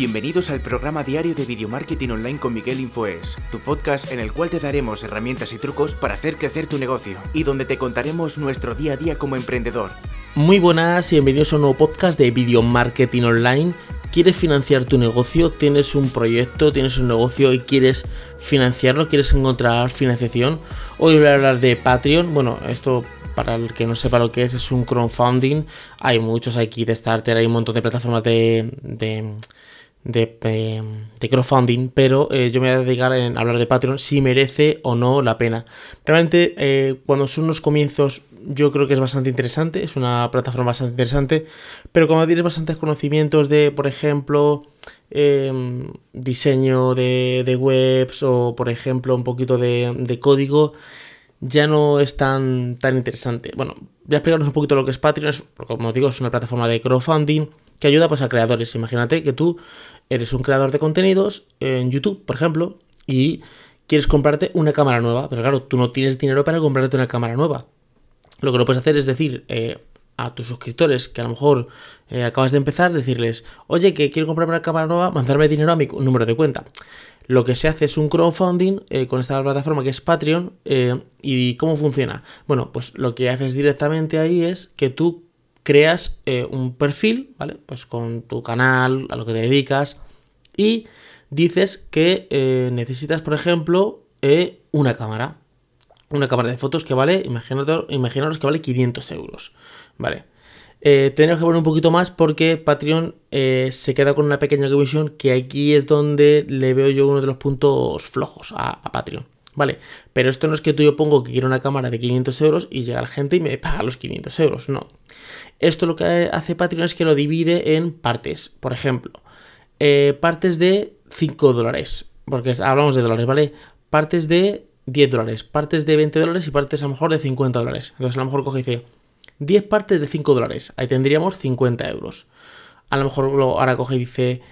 Bienvenidos al programa diario de Video Marketing Online con Miguel Infoes, tu podcast en el cual te daremos herramientas y trucos para hacer crecer tu negocio y donde te contaremos nuestro día a día como emprendedor. Muy buenas y bienvenidos a un nuevo podcast de Video Marketing Online. ¿Quieres financiar tu negocio? ¿Tienes un proyecto? ¿Tienes un negocio y quieres financiarlo? ¿Quieres encontrar financiación? Hoy voy a hablar de Patreon. Bueno, esto para el que no sepa lo que es un crowdfunding. Hay muchos, hay Kickstarter, hay un montón de plataformas de crowdfunding, pero yo me voy a dedicar a hablar de Patreon, si merece o no la pena. Realmente cuando son unos comienzos yo creo que es bastante interesante, es una plataforma bastante interesante, pero cuando tienes bastantes conocimientos de, por ejemplo, diseño de webs o por ejemplo un poquito de código, ya no es tan interesante. Bueno, voy a explicaros un poquito lo que es Patreon. Como os digo, es una plataforma de crowdfunding que ayuda pues a creadores. Imagínate que tú eres un creador de contenidos en YouTube, por ejemplo, y quieres comprarte una cámara nueva, pero claro, tú no tienes dinero para comprarte una cámara nueva. Lo que no puedes hacer es decir a tus suscriptores que a lo mejor acabas de empezar, decirles, oye, que quiero comprarme una cámara nueva, mandarme dinero a mi número de cuenta. Lo que se hace es un crowdfunding con esta plataforma que es Patreon. ¿Y cómo funciona? Bueno, pues lo que haces directamente ahí es que tú creas un perfil, ¿vale? Pues con tu canal, a lo que te dedicas, y dices que necesitas, por ejemplo, una cámara de fotos que vale, imaginaros que vale 500 euros, ¿vale? Tenemos que poner un poquito más porque Patreon se queda con una pequeña comisión, que aquí es donde le veo yo uno de los puntos flojos a Patreon, ¿vale? Pero esto no es que tú yo pongo que quiero una cámara de 500 euros y llega la gente y me paga los 500 euros, no. Esto lo que hace Patreon es que lo divide en partes. Por ejemplo, partes de $5, porque hablamos de dólares, ¿vale? Partes de $10, partes de $20 y partes a lo mejor de $50. Entonces a lo mejor coge y dice 10 partes de $5, ahí tendríamos 50 euros. A lo mejor ahora coge y dice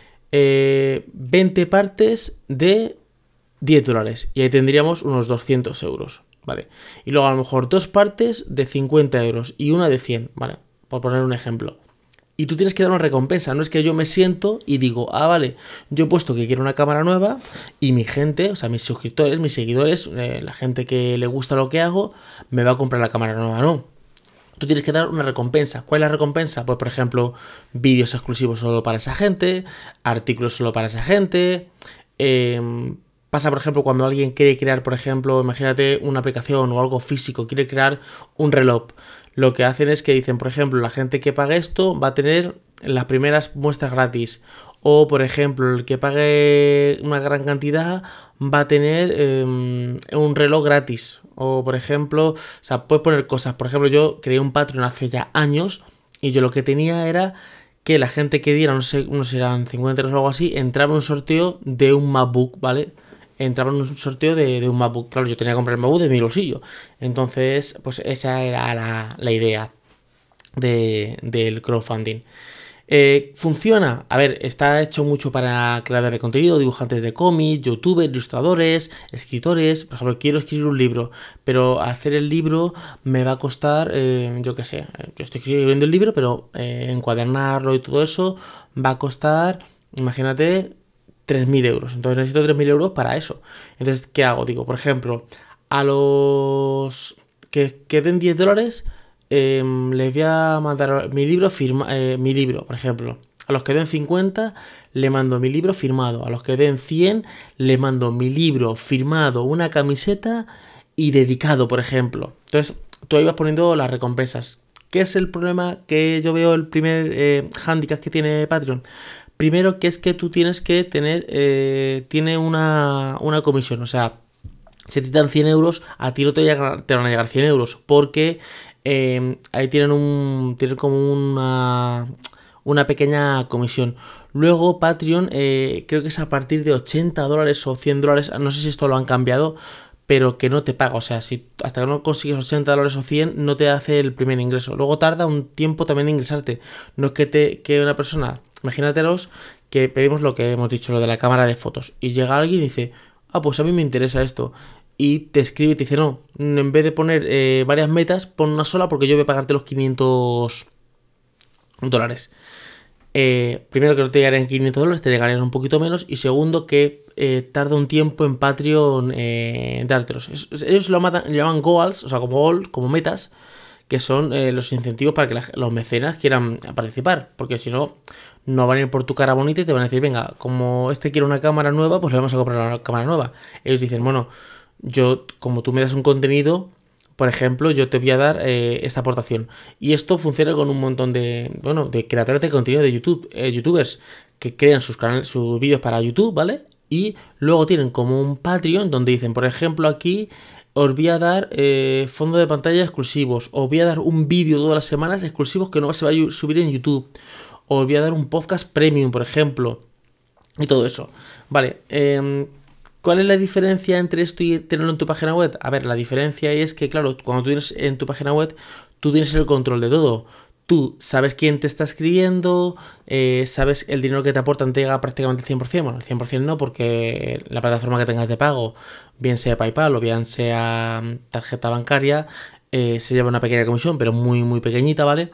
20 partes de $10 y ahí tendríamos unos 200 euros, ¿vale? Y luego a lo mejor 2 partes de 50 euros y una de 100, ¿vale? Por poner un ejemplo. Y tú tienes que dar una recompensa, no es que yo me siento y digo, vale, yo he puesto que quiero una cámara nueva y mi gente, o sea, mis suscriptores, mis seguidores, la gente que le gusta lo que hago, me va a comprar la cámara nueva, no. Tú tienes que dar una recompensa. ¿Cuál es la recompensa? Pues, por ejemplo, vídeos exclusivos solo para esa gente, artículos solo para esa gente. Pasa, por ejemplo, cuando alguien quiere crear, por ejemplo, imagínate una aplicación o algo físico, quiere crear un reloj. Lo que hacen es que dicen, por ejemplo, la gente que pague esto va a tener las primeras muestras gratis. O, por ejemplo, el que pague una gran cantidad va a tener un reloj gratis. O, por ejemplo, o sea, puedes poner cosas. Por ejemplo, yo creé un Patreon hace ya años y yo lo que tenía era que la gente que diera, no sé si eran 50 euros o algo así, entraba en un sorteo de un MacBook, ¿vale? Entraba en un sorteo de un MacBook. Claro, yo tenía que comprar el MacBook de mi bolsillo. Entonces, pues esa era la idea del crowdfunding. ¿Funciona? A ver, está hecho mucho para creadores de contenido, dibujantes de cómics, youtubers, ilustradores, escritores. Por ejemplo, quiero escribir un libro, pero hacer el libro me va a costar, yo qué sé, yo estoy escribiendo el libro, pero encuadernarlo y todo eso va a costar, imagínate, 3.000 euros. Entonces necesito 3.000 euros para eso. Entonces, ¿qué hago? Digo, por ejemplo, a los que den $10, les voy a mandar mi libro mi libro, por ejemplo. A los que den 50 le mando mi libro firmado. A los que den 100 le mando mi libro firmado, una camiseta y dedicado, por ejemplo. Entonces, tú ahí vas poniendo las recompensas. ¿Qué es el problema que yo veo, el primer handicap que tiene Patreon? Primero, que es que tú tienes que tener, tiene una comisión, o sea, si te dan 100 euros, a ti no te van a llegar 100 euros, porque ahí tienen como una pequeña comisión. Luego Patreon, creo que es a partir de $80 o $100, no sé si esto lo han cambiado, pero que no te paga, o sea, si hasta que no consigues $80 o 100 no te hace el primer ingreso. Luego tarda un tiempo también en ingresarte. No es que una persona, imagínatelos que pedimos lo que hemos dicho, lo de la cámara de fotos, y llega alguien y dice, pues a mí me interesa esto, y te escribe y te dice, no, en vez de poner varias metas, pon una sola porque yo voy a pagarte los $500. Primero que no te llegarían $500, te llegarían un poquito menos. Y segundo que tarda un tiempo en Patreon dártelos. Ellos lo llaman goals, o sea, como goals, como metas, que son los incentivos para que los mecenas quieran participar. Porque si no, no van a ir por tu cara bonita y te van a decir, venga, como este quiere una cámara nueva, pues le vamos a comprar una cámara nueva. Ellos dicen, bueno, como tú me das un contenido, por ejemplo, yo te voy a dar esta aportación. Y esto funciona con un montón de creadores de contenido de YouTube, youtubers que crean sus vídeos para YouTube, ¿vale? Y luego tienen como un Patreon donde dicen, por ejemplo, aquí os voy a dar fondo de pantalla exclusivos, os voy a dar un vídeo todas las semanas exclusivos que no se va a subir en YouTube, os voy a dar un podcast premium, por ejemplo, y todo eso. Vale, ¿cuál es la diferencia entre esto y tenerlo en tu página web? A ver, la diferencia es que, claro, cuando tú tienes en tu página web, tú tienes el control de todo. Tú sabes quién te está escribiendo, sabes el dinero que te aportan, te llega prácticamente el 100%. Bueno, el 100% no, porque la plataforma que tengas de pago, bien sea PayPal o bien sea tarjeta bancaria, se lleva una pequeña comisión, pero muy, muy pequeñita, ¿vale?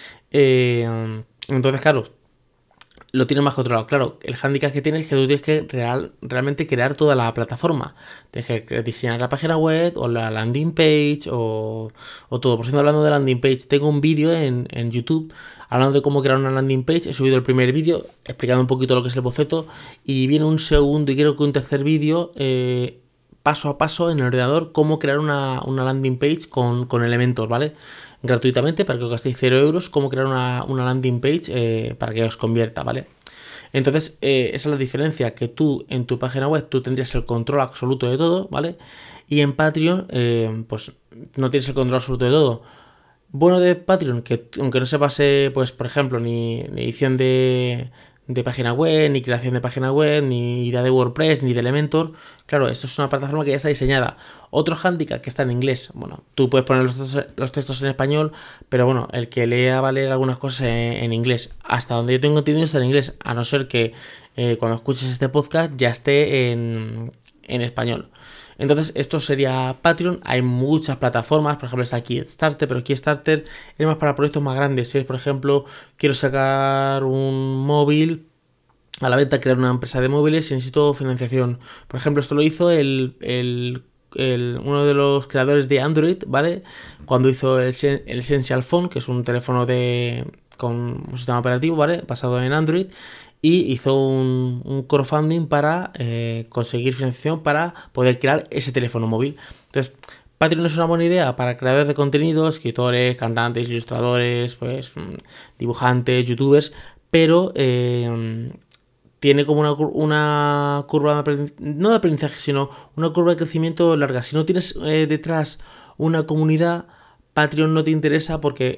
Entonces, claro, lo tienes más controlado. Claro, el handicap que tienes es que tú tienes que realmente crear toda la plataforma. Tienes que diseñar la página web o la landing page o todo. Por cierto, hablando de landing page, tengo un vídeo en YouTube hablando de cómo crear una landing page. He subido el primer vídeo explicando un poquito lo que es el boceto y viene un segundo y creo que un tercer vídeo paso a paso en el ordenador cómo crear una landing page con Elementor, ¿vale? Gratuitamente para que os gastéis 0 euros, cómo crear una landing page para que os convierta, ¿vale? Entonces, esa es la diferencia, que tú en tu página web tú tendrías el control absoluto de todo, ¿vale? Y en Patreon, pues no tienes el control absoluto de todo. Bueno de Patreon, que aunque no se pase, pues por ejemplo, ni edición de página web, ni creación de página web, ni idea de WordPress, ni de Elementor. Claro, esto es una plataforma que ya está diseñada. Otro handicap que está en inglés. Bueno, tú puedes poner los textos en español, pero bueno, el que lea va a leer algunas cosas en inglés. Hasta donde yo tengo entendido está en inglés, a no ser que cuando escuches este podcast ya esté en español. Entonces, esto sería Patreon. Hay muchas plataformas, por ejemplo, está Kickstarter, pero Kickstarter es más para proyectos más grandes. Si, por ejemplo, quiero sacar un móvil a la venta, crear una empresa de móviles y necesito financiación. Por ejemplo, esto lo hizo uno de los creadores de Android, ¿vale? Cuando hizo el Essential Phone, que es un teléfono con un sistema operativo, ¿vale? Basado en Android. Y hizo un crowdfunding para conseguir financiación para poder crear ese teléfono móvil. Entonces, Patreon es una buena idea para creadores de contenido, escritores, cantantes, ilustradores, pues dibujantes, youtubers, pero tiene como una curva no de aprendizaje, sino una curva de crecimiento larga. Si no tienes detrás una comunidad, Patreon no te interesa porque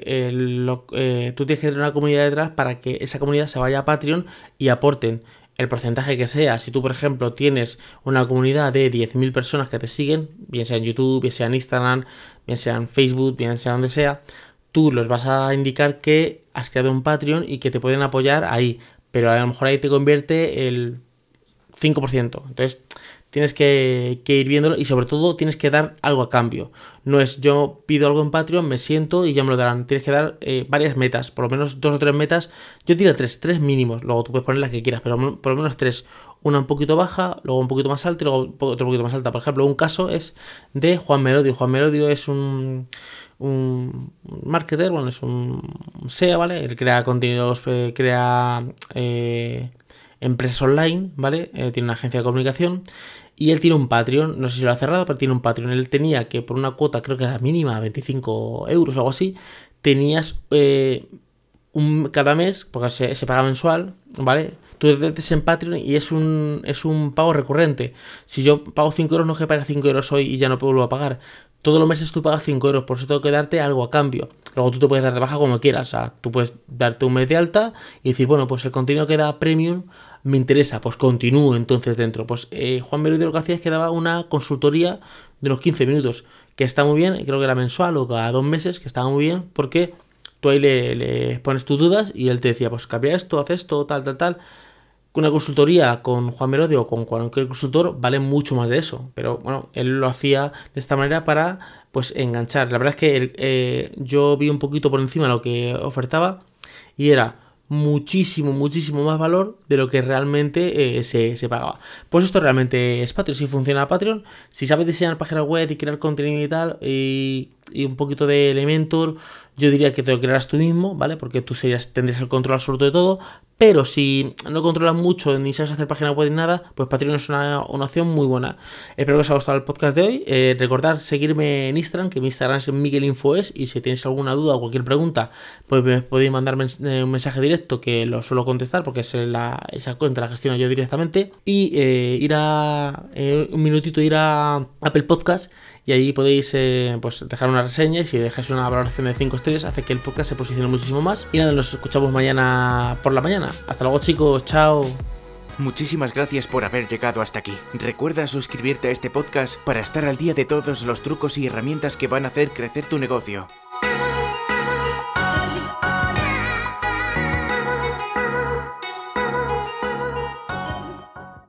tú tienes que tener una comunidad detrás para que esa comunidad se vaya a Patreon y aporten el porcentaje que sea. Si tú, por ejemplo, tienes una comunidad de 10.000 personas que te siguen, bien sea en YouTube, bien sea en Instagram, bien sea en Facebook, bien sea donde sea, tú los vas a indicar que has creado un Patreon y que te pueden apoyar ahí. Pero a lo mejor ahí te convierte el 5%. Entonces, tienes que ir viéndolo y sobre todo tienes que dar algo a cambio. No es yo pido algo en Patreon, me siento y ya me lo darán. Tienes que dar varias metas, por lo menos 2 o 3 metas. Yo tiro 3 mínimos, luego tú puedes poner las que quieras, pero por lo menos 3. Una un poquito baja, luego un poquito más alta y luego otro poquito más alta. Por ejemplo, un caso es de Juan Merodio. Juan Merodio es un marketer, bueno, es un SEA, ¿vale? Él crea contenidos, crea empresas online, ¿vale? Tiene una agencia de comunicación y él tiene un Patreon, no sé si lo ha cerrado, pero tiene un Patreon. Él tenía que por una cuota, creo que era mínima, 25 euros o algo así, tenías cada mes, porque se paga mensual, ¿vale? Tú te metes en Patreon y es un pago recurrente. Si yo pago 5 euros, no es que pague 5 euros hoy y ya no vuelvo a pagar. Todos los meses tú pagas 5 euros, por eso tengo que darte algo a cambio. Luego tú te puedes dar de baja como quieras. O sea, tú puedes darte un mes de alta y decir, bueno, pues el contenido que da premium me interesa, pues continúo entonces dentro. Pues Juan Merodio lo que hacía es que daba una consultoría de unos 15 minutos, que está muy bien, creo que era mensual o cada 2 meses, que estaba muy bien, porque tú ahí le pones tus dudas y él te decía, pues cambia esto, haz esto, tal. Una consultoría con Juan Merodio o con cualquier consultor vale mucho más de eso, pero bueno, él lo hacía de esta manera para pues enganchar. La verdad es que yo vi un poquito por encima lo que ofertaba y era muchísimo más valor de lo que realmente se pagaba. Pues esto realmente es Patreon. Si funciona Patreon, si sabes diseñar páginas web y crear contenido y tal, y un poquito de Elementor, yo diría que te lo crearás tú mismo, ¿vale? Porque tú tendrías el control absoluto de todo. Pero si no controlas mucho ni sabes hacer páginas web ni nada, pues Patreon es una opción muy buena. Espero que os haya gustado el podcast de hoy. Recordad seguirme en Instagram, que mi Instagram es miguelinfoes, y si tenéis alguna duda o cualquier pregunta, pues me podéis mandarme un mensaje directo que lo suelo contestar, porque esa cuenta la gestiono yo directamente. Y ir a Apple Podcast, y ahí podéis pues dejar una reseña, y si dejáis una valoración de 5 estrellas hace que el podcast se posicione muchísimo más. Y nada, nos escuchamos mañana por la mañana. Hasta luego, chicos, chao. Muchísimas gracias por haber llegado hasta aquí. Recuerda suscribirte a este podcast para estar al día de todos los trucos y herramientas que van a hacer crecer tu negocio.